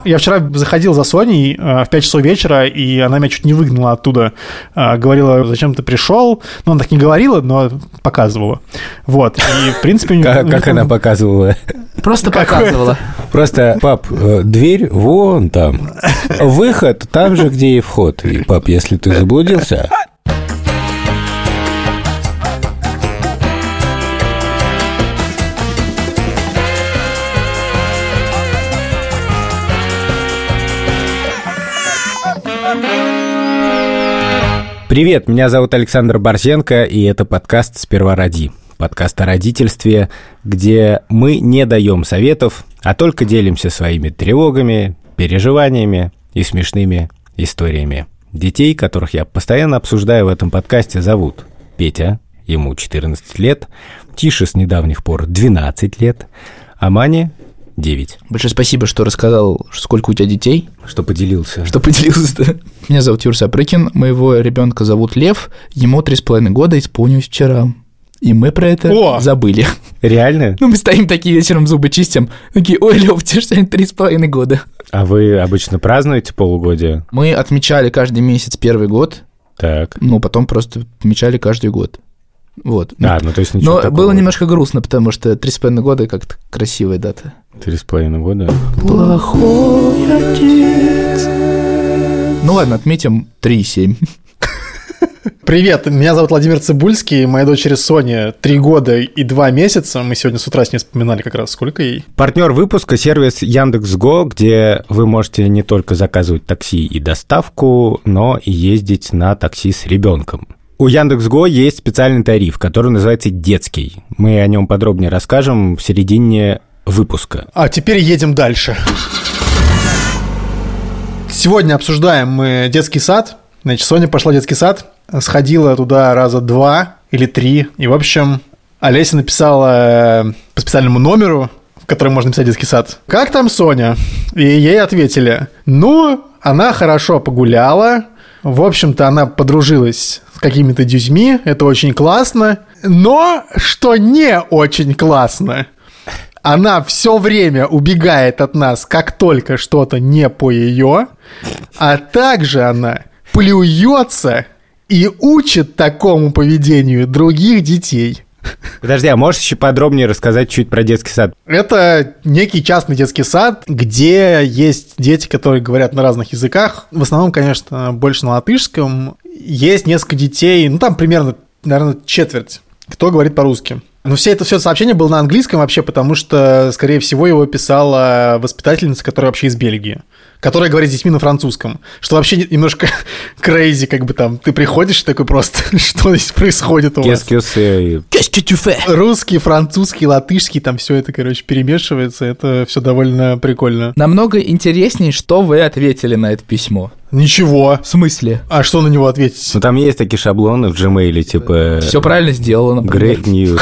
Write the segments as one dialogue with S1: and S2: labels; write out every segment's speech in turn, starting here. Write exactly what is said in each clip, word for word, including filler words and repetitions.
S1: Я вчера заходил за Соней э, в пять часов вечера, и она меня чуть не выгнала оттуда. Э, говорила, зачем ты пришел? Ну, она так не говорила, но показывала. Вот. И, в принципе...
S2: Как она показывала?
S3: Просто показывала.
S2: Просто, пап, дверь вон там. Выход там же, где и вход. И, пап, если ты заблудился... Привет, меня зовут Александр Борзенко, и это подкаст «Сперва роди». Подкаст о родительстве, где мы не даем советов, а только делимся своими тревогами, переживаниями и смешными историями. Детей, которых я постоянно обсуждаю в этом подкасте, зовут Петя, ему четырнадцать лет, Тише с недавних пор двенадцать лет, а Мане девять.
S3: Большое спасибо, что рассказал, сколько у тебя детей.
S2: Что поделился.
S3: Что поделился, да. Меня зовут Юр Сапрыкин, моего ребенка зовут Лев, ему три с половиной года исполнилось вчера. И мы про это О! забыли.
S2: Реально?
S3: Ну, мы стоим такие вечером, зубы чистим, такие, ой, Лев, тебе же три с половиной года.
S2: А вы обычно празднуете полугодие?
S3: Мы отмечали каждый месяц первый год.
S2: Так.
S3: Ну, потом просто отмечали каждый год. Вот.
S2: А, ну то есть ничего
S3: Но
S2: такого.
S3: было немножко грустно, потому что три с половиной года как-то красивая дата.
S2: Три с половиной года?
S3: Плохой отец. Ну ладно, отметим три и семь.
S1: Привет, меня зовут Владимир Цибульский, моей дочери Соне три года и два месяца. Мы сегодня с утра с ней вспоминали как раз, сколько ей.
S2: Партнер выпуска — сервис Яндекс.Го, где вы можете не только заказывать такси и доставку, но и ездить на такси с ребенком. У Яндекс.Го есть специальный тариф, который называется «Детский». Мы о нем подробнее расскажем в середине выпуска.
S1: А теперь едем дальше. Сегодня обсуждаем мы детский сад. Значит, Соня пошла в детский сад, сходила туда раза два или три. И, в общем, Олеся написала по специальному номеру, в котором можно написать детский сад: «Как там Соня?» И ей ответили: ну, она хорошо погуляла. В общем-то, она подружилась с какими-то детьми, это очень классно. Но, что не очень классно, она все время убегает от нас, как только что-то не по ее, а также она плюется и учит такому поведению других детей.
S2: Подожди, а можешь еще подробнее рассказать чуть про детский сад?
S1: Это некий частный детский сад, где есть дети, которые говорят на разных языках. В основном, конечно, больше на латышском. Есть несколько детей, ну там примерно, наверное, четверть, кто говорит по-русски. Но все это, все это сообщение было на английском вообще, потому что, скорее всего, его писала воспитательница, которая вообще из Бельгии, которая говорит с детьми на французском, что вообще немножко крейзи, как бы там, ты приходишь такой просто, что здесь происходит у вас?
S3: Qu'est-ce que tu fais?
S1: Русский, французский, латышский, там все это, короче, перемешивается, это все довольно прикольно.
S3: Намного интереснее, что вы ответили на это письмо.
S1: Ничего.
S3: В смысле?
S1: А что на него ответить?
S2: Ну, там есть такие шаблоны в Gmail, типа...
S3: Все правильно сделано.
S2: Great news.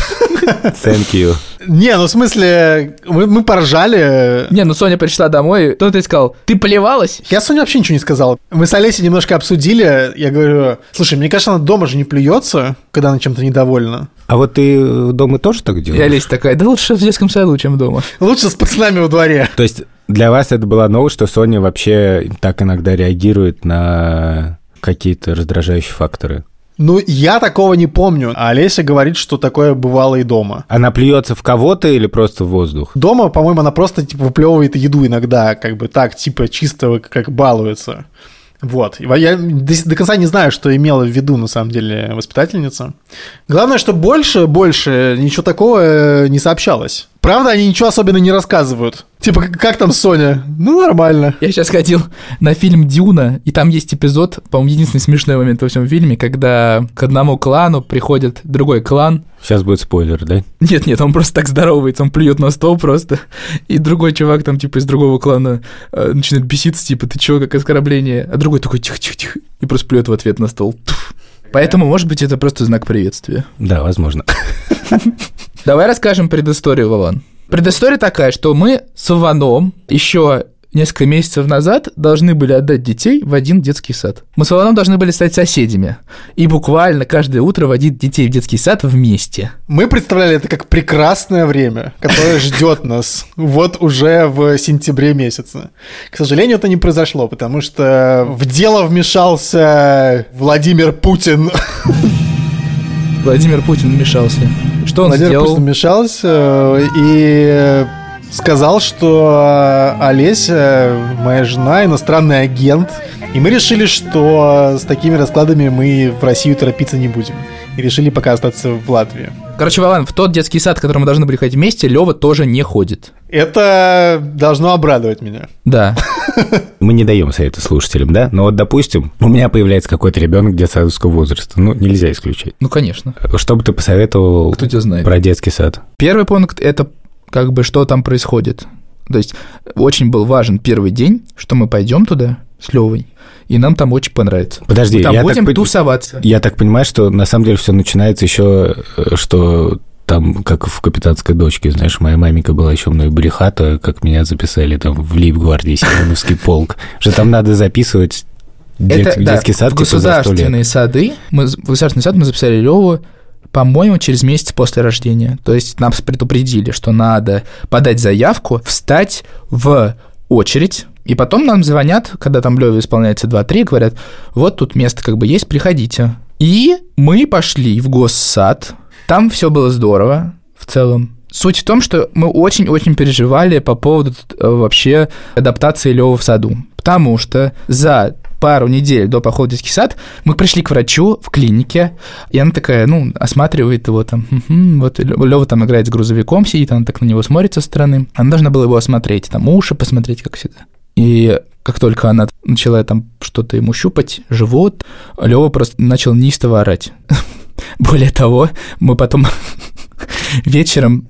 S2: Thank you.
S1: Не, ну в смысле, мы, мы поржали.
S3: Не, ну Соня пришла домой, кто ты сказал? Ты плевалась?
S1: Я Соне вообще ничего не сказал. Мы с Олесей немножко обсудили. Я говорю: слушай, мне кажется, она дома же не плюется, когда она чем-то недовольна.
S2: А вот ты дома тоже так делаешь?
S3: И Олеся такая: да лучше в детском саду, чем дома.
S1: Лучше с пацанами во дворе.
S2: То есть для вас это была новость, что Соня вообще так иногда реагирует на какие-то раздражающие факторы?
S1: Ну, я такого не помню. А Олеся говорит, что такое бывало и дома.
S2: Она плюется в кого-то или просто в воздух?
S1: Дома, по-моему, она просто, типа, выплевывает еду иногда, как бы так, типа, чисто как балуется. Вот. Я до, до конца не знаю, что имела в виду, на самом деле, воспитательница. Главное, что больше, больше ничего такого не сообщалось. Правда, они ничего особенно не рассказывают. Типа, как там Соня? Ну, нормально.
S3: Я сейчас ходил на фильм «Дюна», и там есть эпизод, по-моему, единственный смешной момент во всем фильме, когда к одному клану приходит другой клан.
S2: Сейчас будет спойлер, да?
S3: Нет-нет, он просто так здоровается, он плюет на стол просто, и другой чувак там, типа, из другого клана э, начинает беситься, типа, ты чего, как оскорбление? А другой такой тихо-тихо-тихо, и просто плюет в ответ на стол. Туф. Поэтому, может быть, это просто знак приветствия.
S2: Да, возможно.
S3: Давай расскажем предысторию, Вован. Предыстория такая, что мы с Иваном еще несколько месяцев назад должны были отдать детей в один детский сад. Мы с Вованом должны были стать соседями и буквально каждое утро водить детей в детский сад вместе.
S1: Мы представляли это как прекрасное время, которое ждет нас вот уже в сентябре месяце. К сожалению, это не произошло, потому что в дело вмешался Владимир Путин.
S3: Владимир Путин вмешался. Что он
S1: Владимир
S3: сделал?
S1: Путин вмешался и сказал, что Олеся, моя жена, иностранный агент. И мы решили, что с такими раскладами мы в Россию торопиться не будем. И решили пока остаться в Латвии.
S3: Короче, Вован, в тот детский сад, в который мы должны были ходить вместе, Лёва тоже не ходит.
S1: Это должно обрадовать меня.
S3: Да.
S2: Мы не даем совета слушателям, да? Но вот, допустим, у меня появляется какой-то ребенок детсадовского возраста. Ну, нельзя исключать.
S3: Ну, конечно.
S2: Что бы ты посоветовал
S3: Кто тебя знает?
S2: про детский сад?
S3: Первый пункт – это как бы что там происходит. То есть очень был важен первый день, что мы пойдем туда с Лёвой, и нам там очень понравится.
S2: Подожди,
S3: мы там
S2: я
S3: будем
S2: так...
S3: тусоваться.
S2: Я так понимаю, что на самом деле все начинается еще, что там, как в «Капитанской дочке», знаешь, моя маменька была еще мной брехата, как меня записали там в Лейб-гвардии, Семеновский полк, что там надо записывать дет...
S3: Это,
S2: детский
S3: да,
S2: сад
S3: в
S2: типа за сто лет.
S3: государственные сады, мы, в государственный сад мы записали Лёву, по-моему, через месяц после рождения. То есть нам предупредили, что надо подать заявку, встать в очередь, и потом нам звонят, когда там Лёве исполняется два-три, говорят, вот тут место как бы есть, приходите. И мы пошли в госсад, там все было здорово в целом. Суть в том, что мы очень-очень переживали по поводу вообще адаптации Лёвы в саду, потому что за пару недель до похода в детский сад мы пришли к врачу в клинике, и она такая, ну, осматривает его там, угу, вот Лёва там играет с грузовиком, сидит, она так на него смотрит со стороны, она должна была его осмотреть, там уши посмотреть, как всегда. И как только она начала там что-то ему щупать, живот, Лёва просто начал неистово орать. Более того, мы потом вечером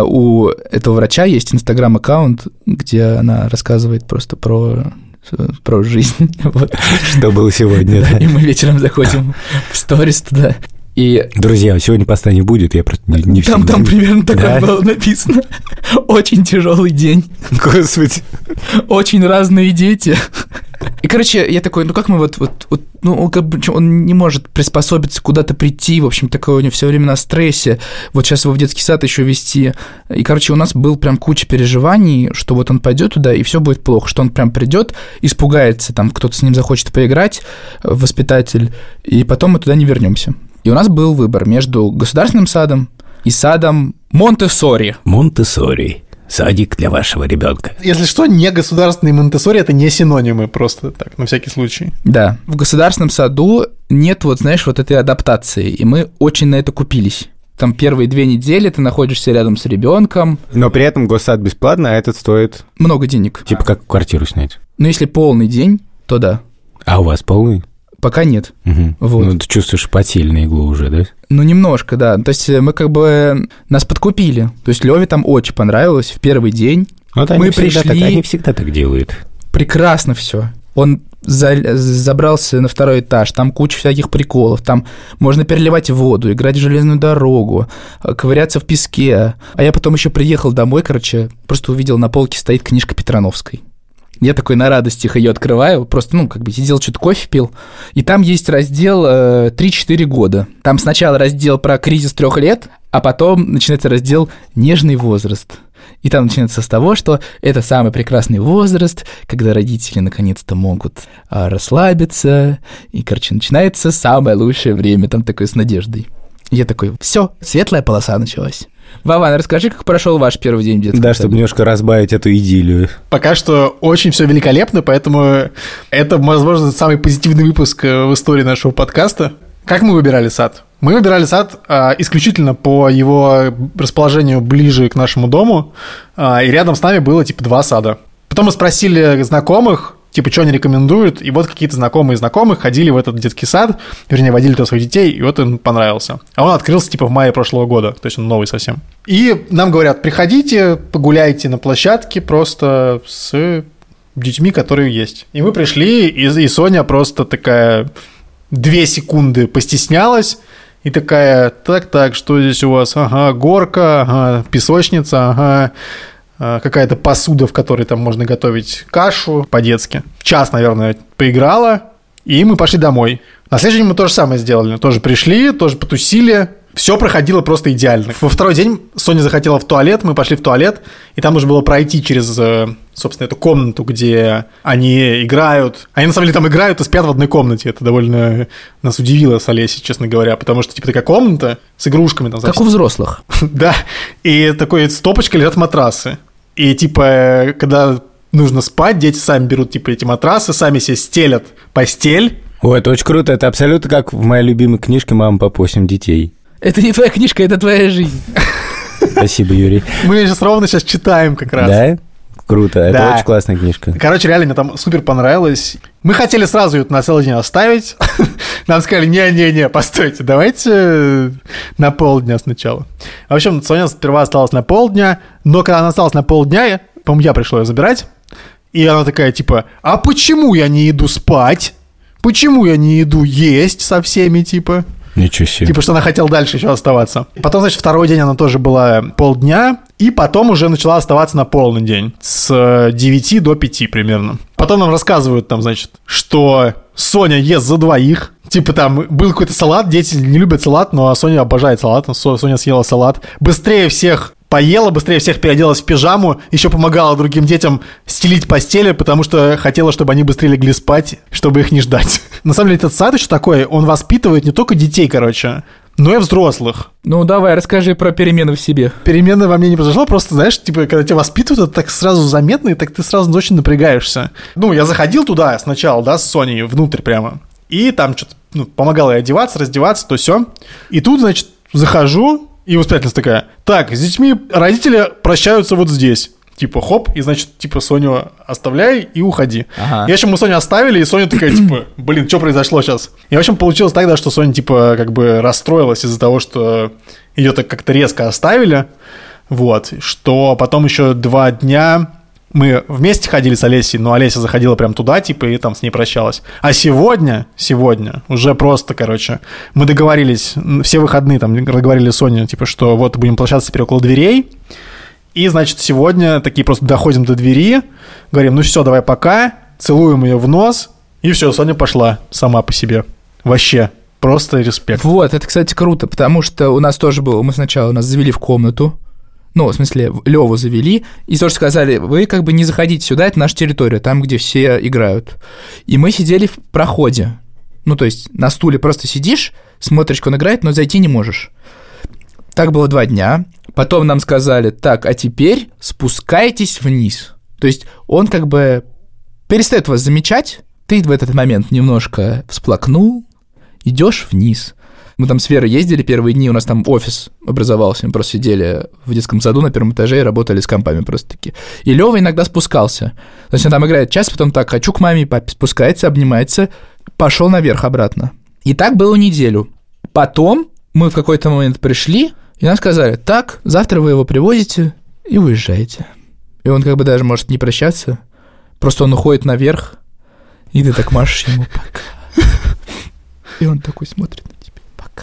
S3: у этого врача есть инстаграм-аккаунт, где она рассказывает просто про... про жизнь. Вот.
S2: Что было сегодня, да?
S3: И мы вечером заходим в сторис туда. И...
S2: Друзья, сегодня поста не будет, я просто не, не
S3: Там, там примерно так
S2: да?
S3: было написано. Очень тяжелый день.
S2: Господи.
S3: Очень разные дети. И, короче, я такой, ну как мы вот, вот, вот ну, он, как бы, он не может приспособиться куда-то прийти, в общем, такое у него все время на стрессе, вот сейчас его в детский сад еще вести. И, короче, у нас был прям куча переживаний, что вот он пойдет туда, и все будет плохо, что он прям придет, испугается, там кто-то с ним захочет поиграть, воспитатель, и потом мы туда не вернемся. И у нас был выбор между государственным садом и садом Монтессори.
S2: Монтессори. Садик для вашего ребенка.
S1: Если что, не государственный Монтессори – это не синонимы, просто так, на всякий случай.
S3: Да, в государственном саду нет, вот знаешь, вот этой адаптации, и мы очень на это купились. Там первые две недели ты находишься рядом с ребенком.
S2: Но при этом госсад бесплатно, а этот стоит...
S3: Много денег.
S2: Типа как квартиру снять.
S3: Но если полный день, то да.
S2: А у вас полный?
S3: Пока нет.
S2: Угу.
S3: Вот.
S2: Ну, ты чувствуешь потель на иглу уже, да?
S3: Ну, немножко, да. То есть мы как бы нас подкупили. То есть Лёве там очень понравилось в первый день.
S2: Вот
S3: мы
S2: они
S3: пришли...
S2: Так, они всегда так делают.
S3: Прекрасно все. Он за... забрался на второй этаж, там куча всяких приколов, там можно переливать воду, играть в железную дорогу, ковыряться в песке. А я потом еще приехал домой, короче, просто увидел на полке стоит книжка Петрановской. Я такой на радостях ее открываю, просто, ну, как бы сидел, что-то кофе пил, и там есть раздел э, три-четыре года. Там сначала раздел про кризис трех лет, а потом начинается раздел «Нежный возраст». И там начинается с того, что это самый прекрасный возраст, когда родители наконец-то могут а, расслабиться, и, короче, начинается самое лучшее время, там такое с надеждой. И я такой, все, светлая полоса началась. Вован, расскажи, как прошел ваш первый день в детском
S2: Да,
S3: саду.
S2: чтобы немножко разбавить эту идиллию.
S1: Пока что очень все великолепно, поэтому это, возможно, самый позитивный выпуск в истории нашего подкаста. Как мы выбирали сад? Мы выбирали сад а, исключительно по его расположению ближе к нашему дому, а, и рядом с нами было типа два сада. Потом мы спросили знакомых, типа, что они рекомендуют, и вот какие-то знакомые знакомых ходили в этот детский сад, вернее, водили туда своих детей, и вот им понравился. А он открылся, типа, в мае прошлого года, то есть он новый совсем. И нам говорят, приходите, погуляйте на площадке просто с детьми, которые есть. И мы пришли, и, и Соня просто такая две секунды постеснялась, и такая, так-так, что здесь у вас? Ага, горка, ага, песочница, ага, какая-то посуда, в которой там можно готовить кашу по-детски. Час, наверное, поиграла, и мы пошли домой. На следующий день мы то же самое сделали. Тоже пришли, тоже потусили. Все проходило просто идеально. Во второй день Соня захотела в туалет, мы пошли в туалет, и там нужно было пройти через, собственно, эту комнату, где они играют. Они, на самом деле, там играют и спят в одной комнате. Это довольно нас удивило с Олесей, честно говоря, потому что, типа, такая комната с игрушками. Там,
S3: как у взрослых.
S1: Да, и такой стопочкой лежат матрасы. И, типа, когда нужно спать, дети сами берут, типа, эти матрасы, сами себе стелят постель.
S2: Ой, это очень круто. Это абсолютно как в моей любимой книжке «Мама, папа, восемь детей».
S3: Это не твоя книжка, это твоя жизнь.
S2: Спасибо, Юрий.
S1: Мы сейчас ровно сейчас читаем как раз.
S2: Да? Круто. Это
S1: да.
S2: очень классная книжка.
S1: Короче, реально, мне там супер понравилось. Мы хотели сразу ее на целый день оставить. Нам сказали, не-не-не, постойте, давайте на полдня сначала. В общем, Соня сперва осталась на полдня, но когда она осталась на полдня, по-моему, я пришел ее забирать, и она такая, типа, а почему я не иду спать? Почему я не иду есть со всеми, типа?
S2: Ничего себе.
S1: Типа, что она хотела дальше еще оставаться. Потом, значит, второй день она тоже была полдня, и потом уже начала оставаться на полный день. С девяти до пяти примерно. Потом нам рассказывают там, значит, что Соня ест за двоих. Типа там был какой-то салат, дети не любят салат, но Соня обожает салат. Соня съела салат. Быстрее всех поела, быстрее всех переоделась в пижаму, еще помогала другим детям стелить постели, потому что хотела, чтобы они быстрее легли спать, чтобы их не ждать. На самом деле этот сад еще такой, он воспитывает не только детей, короче, но и взрослых.
S3: Ну, давай, расскажи про перемены в себе.
S1: Перемены во мне не произошло, просто, знаешь, типа, когда тебя воспитывают, это так сразу заметно, и так ты сразу очень напрягаешься. Ну, я заходил туда сначала, да, с Соней, внутрь прямо, и там что-то, ну, помогала ей одеваться, раздеваться, то все. И тут, значит, захожу, и воспитательница такая, так, с детьми родители прощаются вот здесь. Типа, хоп, и, значит, типа, Соню оставляй и уходи.
S3: Ага.
S1: И, в общем, мы Соню оставили, и Соня такая, типа, блин, что произошло сейчас? И, в общем, получилось тогда, что Соня, типа, как бы расстроилась из-за того, что ее так как-то резко оставили. Вот, что потом еще два дня мы вместе ходили с Олесей, но Олеся заходила прям туда, типа, и там с ней прощалась. А сегодня, сегодня уже просто, короче, мы договорились, все выходные там договорили Соне, типа, что вот будем площадаться теперь около дверей. И, значит, сегодня такие просто доходим до двери, говорим, ну все, давай пока, целуем ее в нос, и все, Соня пошла сама по себе. Вообще, просто респект.
S3: Вот, это, кстати, круто, потому что у нас тоже было, мы сначала нас завели в комнату, ну, в смысле, Леву завели, и тоже сказали, вы как бы не заходите сюда, это наша территория, там, где все играют. И мы сидели в проходе, ну, то есть на стуле просто сидишь, смотришь, как он играет, но зайти не можешь. Так было два дня. Потом нам сказали, так, а теперь спускайтесь вниз. То есть он как бы перестает вас замечать, ты в этот момент немножко всплакнул, идешь вниз. Мы там с Верой ездили первые дни, у нас там офис образовался, мы просто сидели в детском саду на первом этаже и работали с компами просто-таки. И Лёва иногда спускался. То есть он там играет час, потом так, хочу к маме и папе, спускается, обнимается, пошел наверх обратно. И так было неделю. Потом мы в какой-то момент пришли, и нам сказали, так, завтра вы его привозите и уезжаете. И он как бы даже может не прощаться, просто он уходит наверх, и ты так машешь ему пока. И он такой смотрит на тебя, пока.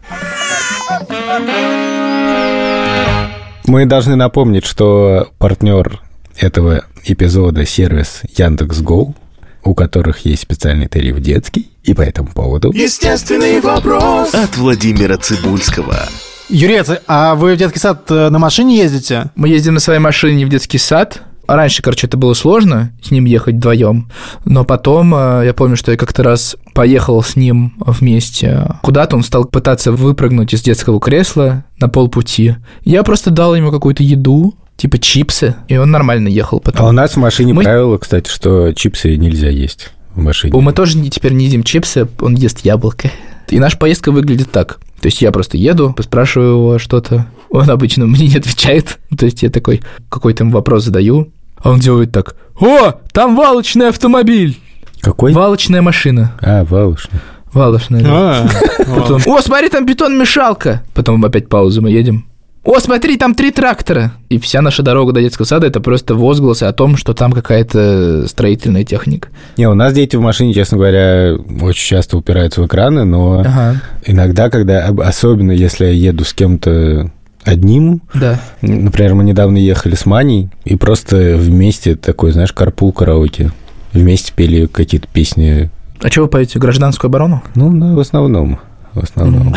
S2: Мы должны напомнить, что партнер этого эпизода — сервис Яндекс.Го, у которых есть специальный тариф детский, и по этому поводу...
S4: Естественный вопрос от Владимира Цибульского.
S1: Юрий, а вы в детский сад на машине ездите?
S3: Мы ездим на своей машине в детский сад. Раньше, короче, это было сложно с ним ехать вдвоем, но потом я помню, что я как-то раз поехал с ним вместе куда-то, он стал пытаться выпрыгнуть из детского кресла на полпути. Я просто дал ему какую-то еду, типа чипсы, и он нормально ехал потом.
S2: А у нас в машине
S3: мы...
S2: правило, кстати, что чипсы нельзя есть в машине.
S3: Мы тоже теперь не едим чипсы, он ест яблоко. И наша поездка выглядит так. То есть я просто еду, спрашиваю его что-то, он обычно мне не отвечает. То есть я такой какой-то ему вопрос задаю, а он делает так: «О, там валочный автомобиль!»
S2: Какой?
S3: Валочная машина.
S2: А, валочная.
S3: Валочная, да. Потом: «О, смотри, там бетономешалка!» Потом опять пауза, мы едем. «О, смотри, там три трактора!» И вся наша дорога до детского сада — это просто возгласы о том, что там какая-то строительная техника.
S2: Не, у нас дети в машине, честно говоря, очень часто упираются в экраны, но ага. иногда, когда, особенно если я еду с кем-то одним.
S3: Да.
S2: Например, мы недавно ехали с Маней, и просто вместе такой, знаешь, карпул караоке. Вместе пели какие-то песни.
S3: А что вы поете? Гражданскую оборону?
S2: Ну, да, в основном. В основном.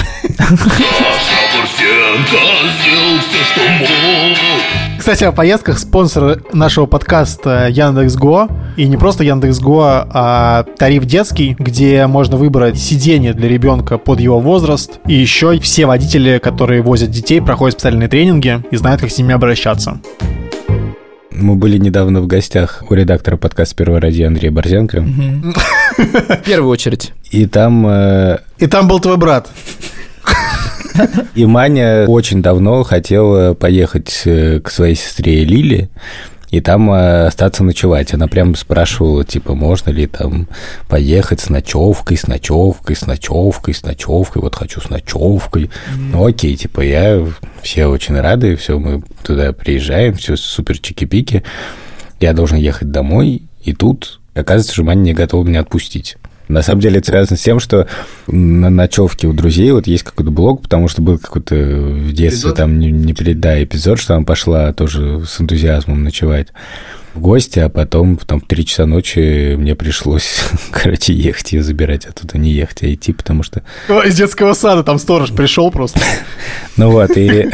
S1: Кстати, о поездках. Спонсор нашего подкаста Яндекс.Го. И не просто Яндекс.Го, а тариф детский, где можно выбрать сиденье для ребенка под его возраст. И еще все водители, которые возят детей, проходят специальные тренинги и знают, как с ними обращаться.
S2: Мы были недавно в гостях у редактора подкаста «Сперва ради» Андрея Борзенко.
S3: В первую очередь.
S2: И там... э,
S1: И там был твой брат.
S2: И Маня очень давно хотела поехать э, к своей сестре Лиле и там э, остаться ночевать. Она прям спрашивала, типа, можно ли там поехать с ночевкой, с ночевкой, с ночевкой, с ночевкой. Вот хочу с ночевкой. Ну, окей, типа, я... Все очень рады, все, мы туда приезжаем, все супер чики-пики. Я должен ехать домой, и тут, оказывается, что Маня не готова меня отпустить. На самом деле это связано с тем, что на ночевке у друзей вот есть какой-то блог, потому что был какой-то в детстве эпизод? Там не, не да, эпизод, что она пошла тоже с энтузиазмом ночевать в гости, а потом там в три часа ночи мне пришлось, короче, ехать ее забирать, оттуда не ехать, а идти, потому что...
S1: Из детского сада там сторож пришел просто.
S2: Ну вот, и...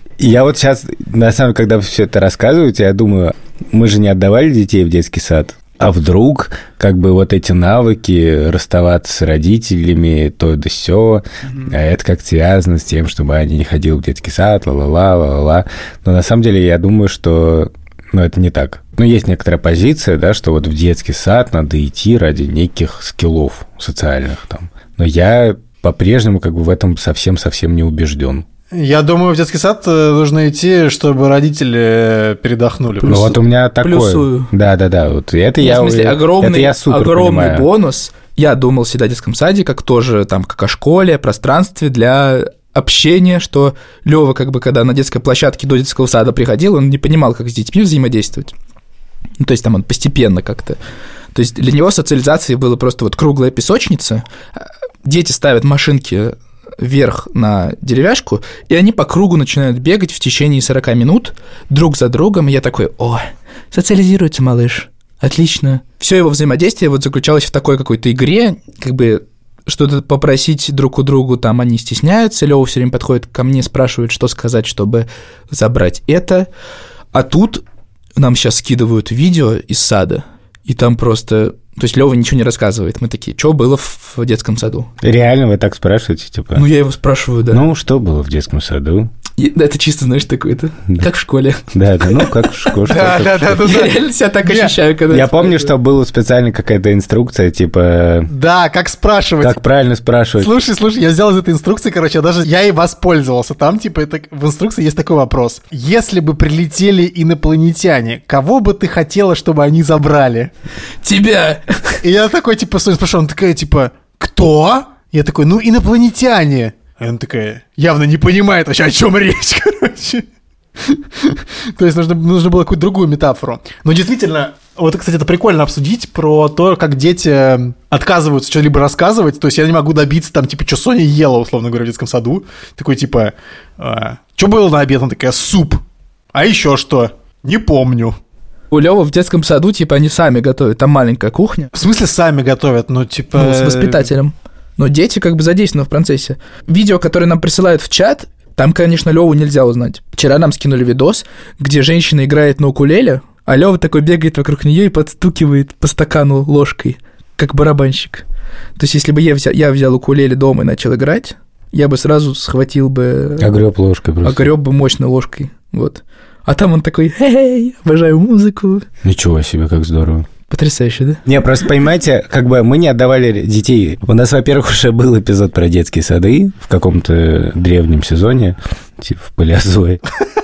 S2: Я вот сейчас, на самом деле, когда вы все это рассказываете, я думаю, мы же не отдавали детей в детский сад. А вдруг, как бы, вот эти навыки расставаться с родителями, то да сё, mm-hmm. а это как связано с тем, чтобы они не ходили в детский сад, ла-ла-ла, ла-ла-ла. Но на самом деле я думаю, что, ну, это не так. Ну, есть некоторая позиция, да, что вот в детский сад надо идти ради неких скиллов социальных там. Но я по-прежнему как бы в этом совсем-совсем не убежден.
S1: Я думаю, в детский сад нужно идти, чтобы родители передохнули.
S2: Ну вот у меня такое.
S3: Плюсую.
S2: Да-да-да. Вот это я,
S3: в смысле, огромный,
S2: это я супер
S3: огромный
S2: понимаю.
S3: бонус. Я думал всегда о детском саде, как тоже там, как о школе, пространстве для общения, что Лёва, как бы, когда на детской площадке до детского сада приходил, он не понимал, как с детьми взаимодействовать. Ну, то есть там он постепенно как-то. То есть для него социализацией было просто вот круглая песочница, дети ставят машинки вверх на деревяшку, и они по кругу начинают бегать в течение сорок минут друг за другом, и я такой: о, социализируется малыш, отлично. Все его взаимодействие вот заключалось в такой какой-то игре, как бы что-то попросить друг у друга, там они стесняются, Лёва все время подходит ко мне, спрашивает, что сказать, чтобы забрать это, а тут нам сейчас скидывают видео из сада, и там просто... То есть Лёва ничего не рассказывает. Мы такие: что было в детском саду?
S2: Реально вы так спрашиваете, типа?
S3: Ну, я его спрашиваю, да.
S2: Ну, что было в детском саду?
S3: И, да, это чисто, знаешь, такое-то, да. Как в школе.
S2: Да, да, ну, как в школе.
S1: Да, да, да.
S3: Я реально себя так ощущаю, когда...
S2: Я помню, что была специально какая-то инструкция, типа...
S1: Да, как спрашивать.
S2: Как правильно спрашивать.
S1: Слушай, слушай, я взял из этой инструкции, короче, даже я и воспользовался. Там, типа, это, в инструкции есть такой вопрос. Если бы прилетели инопланетяне, кого бы ты хотела, чтобы они забрали?
S3: Тебя!
S1: И я такой, типа, спрашиваю, она такая, типа, кто? Я такой: ну, инопланетяне. И она такая явно не понимает вообще, о чем речь, короче. То есть нужно, нужно было какую-то другую метафору. Но действительно, вот, кстати, это прикольно обсудить про то, как дети отказываются что-либо рассказывать. То есть я не могу добиться, там, типа, что Соня ела, условно говоря, в детском саду. Такой, типа, а, что было на обед? Она такая: суп. А еще что? Не помню.
S3: У Лёвы в детском саду, типа, они сами готовят, там маленькая кухня.
S1: В смысле сами готовят? Ну, типа...
S3: Ну, с воспитателем. Но дети как бы задействованы в процессе. Видео, которое нам присылают в чат, там, конечно, Лёву нельзя узнать. Вчера нам скинули видос, где женщина играет на укулеле, а Лёва такой бегает вокруг нее и подстукивает по стакану ложкой, как барабанщик. То есть, если бы я взял, я взял укулеле дома и начал играть, я бы сразу схватил бы...
S2: Огреб ложкой просто.
S3: Огреб бы мощно ложкой, вот. А там он такой: эй, обожаю музыку.
S2: Ничего себе, как здорово.
S3: Потрясающе, да?
S2: Не, просто понимаете, как бы мы не отдавали детей. У нас, во-первых, уже был эпизод про детские сады в каком-то древнем сезоне, типа в Палеозое.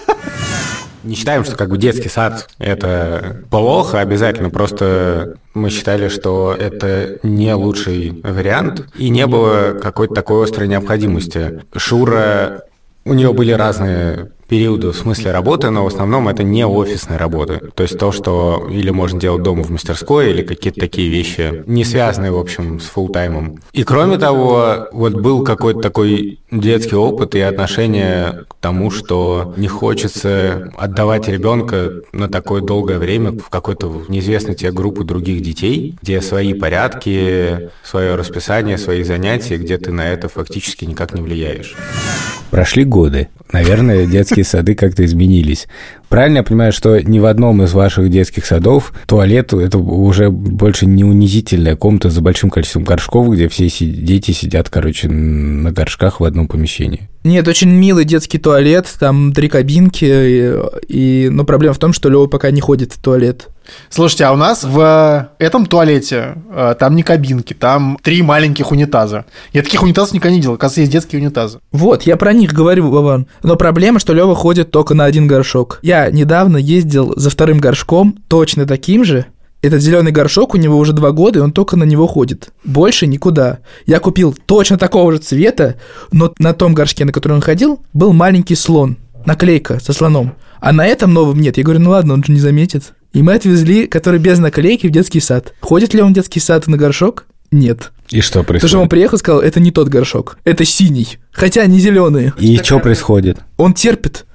S2: Не считаем, что как бы детский сад – это плохо обязательно, просто мы считали, что это не лучший вариант, и не было какой-то такой острой необходимости. Шура, у нее были разные периоды в смысле работы, но в основном это не офисная работа. То есть то, что или можно делать дома в мастерской, или какие-то такие вещи, не связанные, в общем, с фулл-таймом. И кроме того, вот был какой-то такой детский опыт и отношение к тому, что не хочется отдавать ребенка на такое долгое время в какой-то неизвестной тебе группу других детей, где свои порядки, свое расписание, свои занятия, где ты на это фактически никак не влияешь. Прошли годы. Наверное, детские сады как-то изменились. Правильно я понимаю, что ни в одном из ваших детских садов туалет – это уже больше не унизительная комната за большим количеством горшков, где все дети сидят, короче, на горшках в одном помещении?
S3: Нет, очень милый детский туалет, там три кабинки, и, и... но проблема в том, что Лёва пока не ходит в туалет.
S1: Слушайте, а у нас в этом туалете там не кабинки, там три маленьких унитаза. Я таких унитазов никогда не видел, оказывается, есть детские унитазы.
S3: Вот, я про них говорю, Вован. Но проблема, что Лёва ходит только на один горшок. Я недавно ездил за вторым горшком, точно таким же. Этот зеленый горшок, у него уже два года, и он только на него ходит. Больше никуда. Я купил точно такого же цвета, но на том горшке, на который он ходил, был маленький слон. Наклейка со слоном. А на этом новом нет. Я говорю, ну ладно, он же не заметит. И мы отвезли, который без наклейки, в детский сад. Ходит ли он в детский сад на горшок? Нет.
S2: И что происходит?
S3: Потому что он приехал и сказал, это не тот горшок, это синий. Хотя они зеленые.
S2: И что происходит?
S3: Он терпит.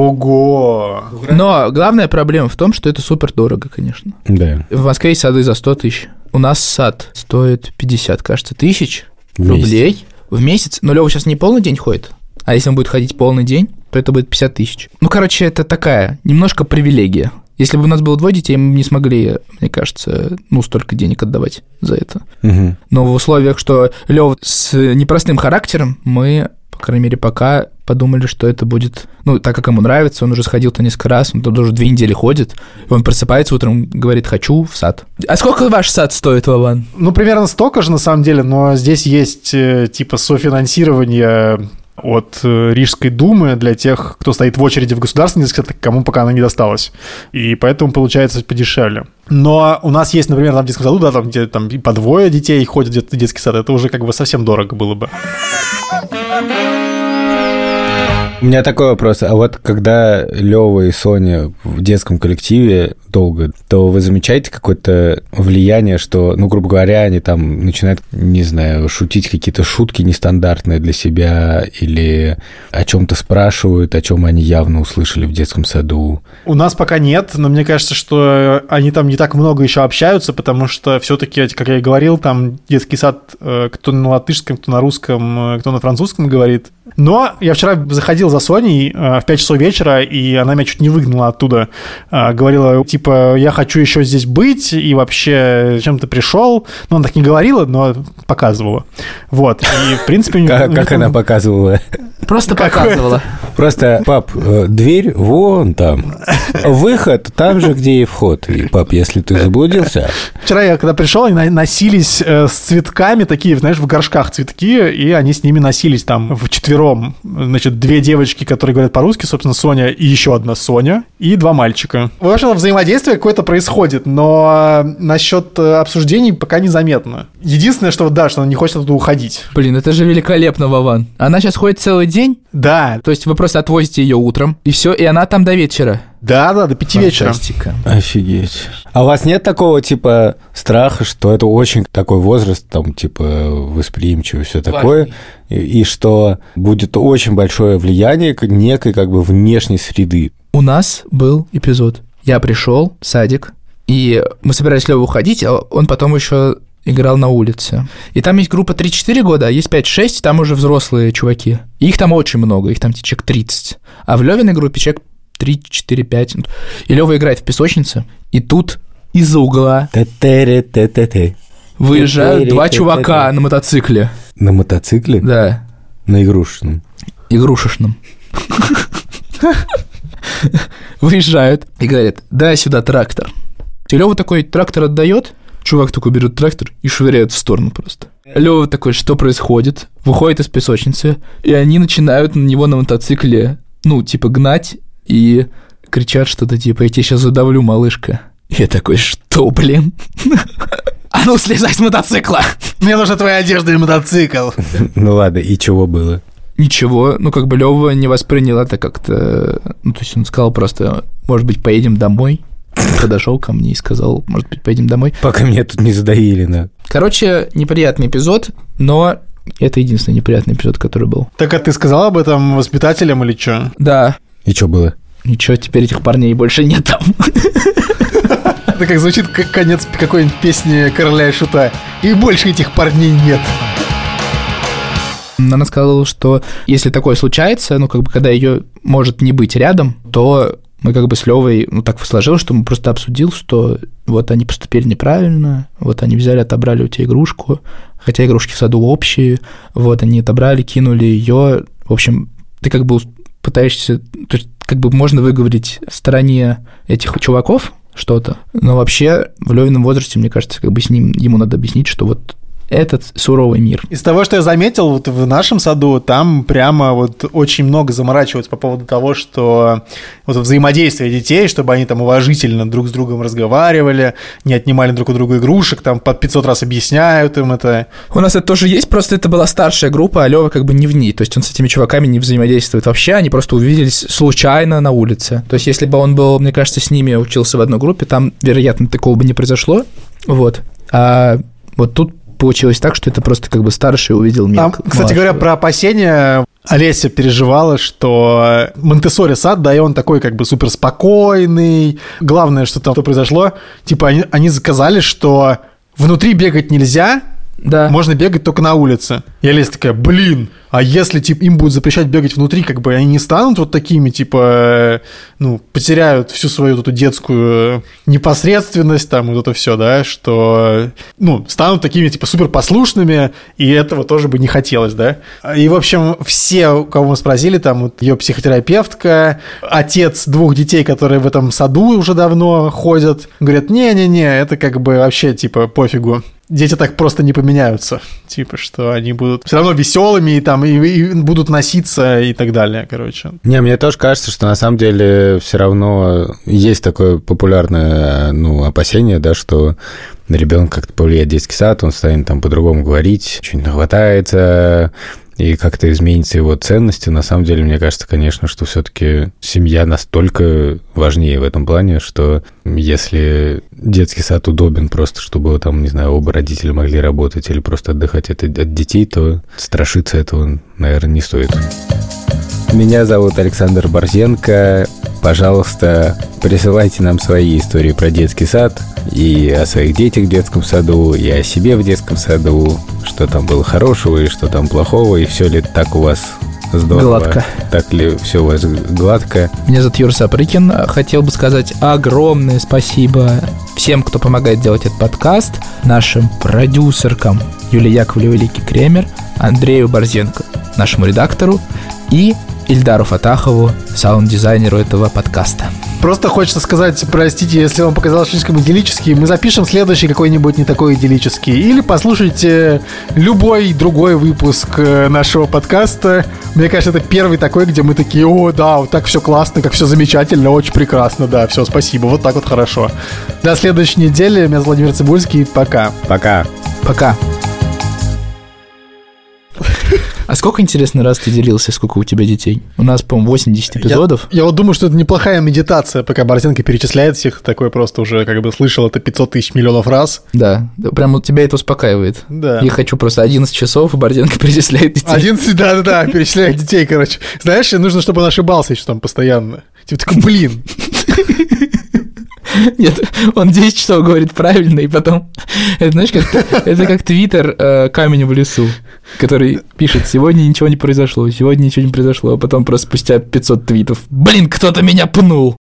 S1: Ого!
S3: Но главная проблема в том, что это супер дорого, конечно.
S2: Да.
S3: В Москве есть сады за сто тысяч. У нас сад стоит пятьдесят, кажется, тысяч
S2: В
S3: рублей в месяц. Но Лёва сейчас не полный день ходит. А если он будет ходить полный день, то это будет пятьдесят тысяч. Ну, короче, это такая немножко привилегия. Если бы у нас было двое детей, мы не смогли, мне кажется, ну, столько денег отдавать за это.
S2: Угу.
S3: Но в условиях, что Лёва с непростым характером, мы, по крайней мере, пока подумали, что это будет... Ну, так как ему нравится, он уже сходил-то несколько раз, он тут уже две недели ходит, и он просыпается утром, говорит, хочу в сад. А сколько ваш сад стоит, Вован?
S1: Ну, примерно столько же, на самом деле, но здесь есть, типа, софинансирование от Рижской думы для тех, кто стоит в очереди в государственный детский сад, кому пока она не досталась. И поэтому получается подешевле. Но у нас есть, например, там в детском саду, да, там, где там по двое детей ходят в детский сад, это уже как бы совсем дорого было бы.
S2: У меня такой вопрос. А вот когда Лёва и Соня в детском коллективе долго, то вы замечаете какое-то влияние, что, ну, грубо говоря, они там начинают, не знаю, шутить какие-то шутки нестандартные для себя или о чем-то спрашивают, о чем они явно услышали в детском саду?
S1: У нас пока нет, но мне кажется, что они там не так много еще общаются, потому что все-таки, как я и говорил, там детский сад, кто на латышском, кто на русском, кто на французском говорит. Но я вчера заходил за Соней в пять часов вечера, и она меня чуть не выгнала оттуда. Говорила, типа, я хочу еще здесь быть, и вообще, зачем ты пришел? Ну, она так не говорила, но показывала. Вот, и, в принципе...
S2: Как она показывала?
S3: Просто показывала.
S2: Просто, пап, дверь вон там, выход там же, где и вход. И, пап, если ты заблудился...
S1: Вчера я, когда пришел, они носились с цветками, такие, знаешь, в горшках цветки, и они с ними носились там вчетвером. Значит, две девочки, которые говорят по-русски, собственно, Соня и еще одна Соня, и два мальчика. В общем, взаимодействие какое-то происходит, но насчет обсуждений пока незаметно. Единственное, что, да, что она не хочет оттуда уходить.
S3: Блин, это же великолепно, Вован. Она сейчас ходит целый день?
S1: Да.
S3: То есть вы просто отвозите ее утром, и все, и она там до вечера?
S1: Да, да, до пяти вечера.
S2: Офигеть. А у вас нет такого, типа, страха, что это очень такой возраст, там, типа, восприимчивый, все такое, и, и что будет очень большое влияние некой, как бы, внешней среды?
S3: У нас был эпизод. Я пришел в садик, и мы собирались Лёву уходить, а он потом еще играл на улице. И там есть группа три-четыре года, а есть пять-шесть, там уже взрослые чуваки. И их там очень много, их там человек тридцать. А в Лёвиной группе человек три, четыре, пять. И Лёва играет в песочнице, и тут из-за угла выезжают два чувака на мотоцикле.
S2: На мотоцикле?
S3: Да.
S2: На игрушечном?
S3: Игрушечном. Выезжают и говорят, дай сюда трактор. И Лёва такой трактор отдает, чувак такой берет трактор и швыряет в сторону просто. Лёва такой, что происходит? Выходит из песочницы, и они начинают на него на мотоцикле, ну, типа, гнать, и кричат что-то типа, я тебя сейчас задавлю, малышка. Я такой, что, блин? А ну, слезай с мотоцикла!
S1: Мне нужна твоя одежда и мотоцикл.
S2: Ну ладно, и чего было?
S3: ничего, ну, как бы Лёва не воспринял это как-то... Ну, то есть он сказал просто, может быть, поедем домой. Подошел ко мне и сказал, может быть, поедем домой.
S2: Пока меня тут не задавили, да.
S3: Короче, неприятный эпизод, но это единственный неприятный эпизод, который был.
S1: Так, а ты сказал об этом воспитателям или что?
S3: Да.
S2: И что было?
S3: Ничего, теперь этих парней больше нет там.
S1: Это как звучит как конец какой-нибудь песни Короля и Шута. И больше этих парней нет.
S3: Она сказала, что если такое случается, ну, как бы, когда ее может не быть рядом, то мы как бы с Левой, ну, так сложилось, что мы просто обсудил, что вот они поступили неправильно, вот они взяли, отобрали у тебя игрушку, хотя игрушки в саду общие, вот они отобрали, кинули ее, в общем, ты как бы пытаешься, то есть как бы можно выговорить в стороне этих чуваков что-то, но вообще в Левином возрасте, мне кажется, как бы с ним, ему надо объяснить, что вот этот суровый мир.
S1: Из того, что я заметил, вот в нашем саду там прямо вот очень много заморачиваются по поводу того, что вот взаимодействие детей, чтобы они там уважительно друг с другом разговаривали, не отнимали друг у друга игрушек, там по пятьсот раз объясняют им это.
S3: У нас это тоже есть, просто это была старшая группа, а Лёва как бы не в ней, то есть он с этими чуваками не взаимодействует вообще, они просто увиделись случайно на улице. То есть если бы он был, мне кажется, с ними учился в одной группе, там, вероятно, такого бы не произошло, вот. А вот тут получилось так, что это просто как бы старший увидел мир.
S1: Там, кстати говоря, про опасения Олеся переживала, что Монтессори сад, да, и он такой как бы супер спокойный. Главное, что там произошло, типа они, они заказали, что внутри бегать нельзя,
S3: да.
S1: Можно бегать только на улице. И Олеся такая, блин, а если типа им будут запрещать бегать внутри, как бы они не станут вот такими, типа, ну, потеряют всю свою вот эту детскую непосредственность, там, вот это все, да, что, ну, станут такими, типа, суперпослушными, и этого тоже бы не хотелось, да. И, в общем, все, у кого мы спросили, там, вот ее психотерапевтка, отец двух детей, которые в этом саду уже давно ходят, говорят, не-не-не, это как бы вообще, типа, пофигу. Дети так просто не поменяются, типа, что они будут все равно веселыми и там и, и будут носиться и так далее, короче.
S2: Не, мне тоже кажется, что на самом деле все равно есть такое популярное, ну, опасение, да, что на ребенка как-то повлияет детский сад, он станет там по-другому говорить, что-нибудь нахватается, и как-то изменится его ценности. На самом деле, мне кажется, конечно, что все-таки семья настолько важнее в этом плане, что если детский сад удобен просто, чтобы там, не знаю, оба родителя могли работать или просто отдыхать от, от детей, то страшиться этого, наверное, не стоит. Меня зовут Александр Борзенко. Пожалуйста, присылайте нам свои истории про детский сад и о своих детях в детском саду, и о себе в детском саду, что там было хорошего и что там плохого, и все ли так у вас здорово.
S3: Гладко.
S2: Так ли все у вас гладко.
S3: Меня зовут Юра Сапрыкин. Хотел бы сказать огромное спасибо всем, кто помогает делать этот подкаст, нашим продюсеркам Юлии Яковлевой, Лике Кремер, Андрею Борзенко, нашему редактору, и Ильдару Фатахову, саунд-дизайнеру этого подкаста.
S1: Просто хочется сказать, простите, если вам показалось слишком идиллический, мы запишем следующий какой-нибудь не такой идиллический. Или послушайте любой другой выпуск нашего подкаста. Мне кажется, это первый такой, где мы такие, о, да, вот так все классно, как все замечательно, очень прекрасно, да, все, спасибо, вот так вот хорошо. До следующей недели. Меня зовут Владимир Цибульский. Пока.
S2: Пока.
S3: Пока. А сколько, интересно, раз ты делился, сколько у тебя детей? У нас, по-моему, восемьдесят эпизодов.
S1: Я, я вот думаю, что это неплохая медитация, пока Борзенко перечисляет всех, такой просто уже как бы слышал это пятьсот тысяч миллионов раз.
S3: Да, прям тебя это успокаивает.
S1: Да.
S3: Я хочу просто одиннадцать часов, и Борзенко перечисляет детей.
S1: одиннадцать, да-да-да, перечисляет детей, короче. Знаешь, нужно, чтобы он ошибался еще там постоянно. Типа такой, блин.
S3: Нет, он десять часов говорит правильно, и потом... Это, знаешь, как, это как твиттер э, «Камень в лесу», который пишет «Сегодня ничего не произошло, сегодня ничего не произошло», а потом просто спустя пятьсот твитов «Блин, кто-то меня пнул!»